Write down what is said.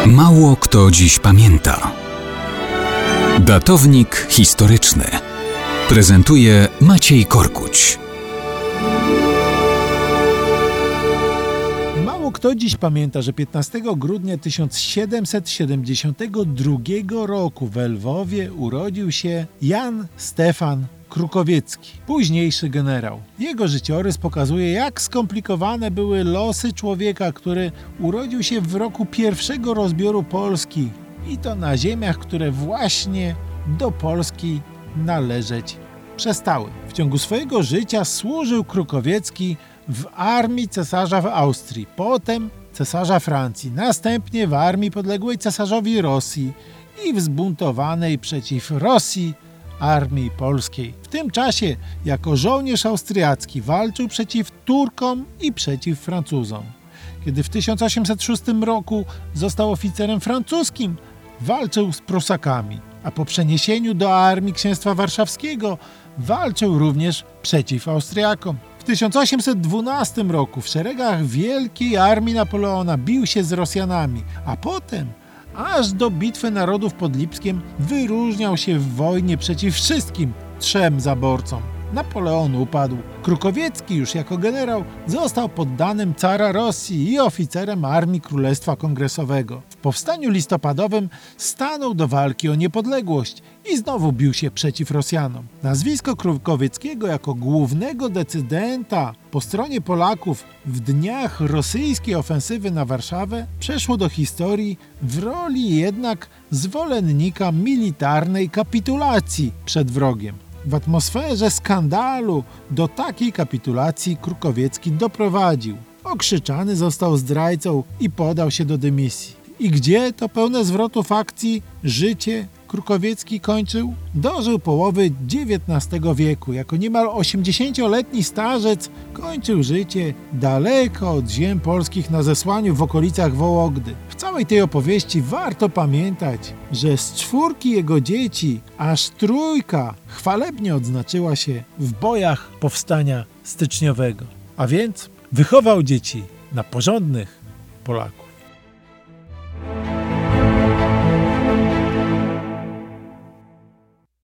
Mało kto dziś pamięta. Datownik historyczny prezentuje Maciej Korkuć. Mało kto dziś pamięta, że 15 grudnia 1772 roku w Lwowie urodził się Jan Stefan Krukowiecki, późniejszy generał. Jego życiorys pokazuje, jak skomplikowane były losy człowieka, który urodził się w roku pierwszego rozbioru Polski i to na ziemiach, które właśnie do Polski należeć przestały. W ciągu swojego życia służył Krukowiecki w armii cesarza w Austrii, potem cesarza Francji, następnie w armii podległej cesarzowi Rosji i w zbuntowanej przeciw Rosji armii polskiej. W tym czasie jako żołnierz austriacki walczył przeciw Turkom i przeciw Francuzom. Kiedy w 1806 roku został oficerem francuskim, walczył z Prusakami, a po przeniesieniu do armii księstwa warszawskiego walczył również przeciw Austriakom. W 1812 roku w szeregach Wielkiej Armii Napoleona bił się z Rosjanami, a potem aż do bitwy narodów pod Lipskiem wyróżniał się w wojnie przeciw wszystkim trzem zaborcom. Napoleon upadł. Krukowiecki już jako generał został poddanym cara Rosji i oficerem Armii Królestwa Kongresowego. W powstaniu listopadowym stanął do walki o niepodległość i znowu bił się przeciw Rosjanom. Nazwisko Krukowieckiego jako głównego decydenta po stronie Polaków w dniach rosyjskiej ofensywy na Warszawę przeszło do historii w roli jednak zwolennika militarnej kapitulacji przed wrogiem. W atmosferze skandalu do takiej kapitulacji Krukowiecki doprowadził. Okrzyczany został zdrajcą i podał się do dymisji. I gdzie to pełne zwrotów akcji życie Krukowiecki kończył? Dożył połowy XIX wieku. Jako niemal 80-letni starzec kończył życie daleko od ziem polskich na zesłaniu w okolicach Wołogdy. W całej tej opowieści warto pamiętać, że z 4 jego dzieci aż 3 chwalebnie odznaczyła się w bojach powstania styczniowego. A więc wychował dzieci na porządnych Polaków.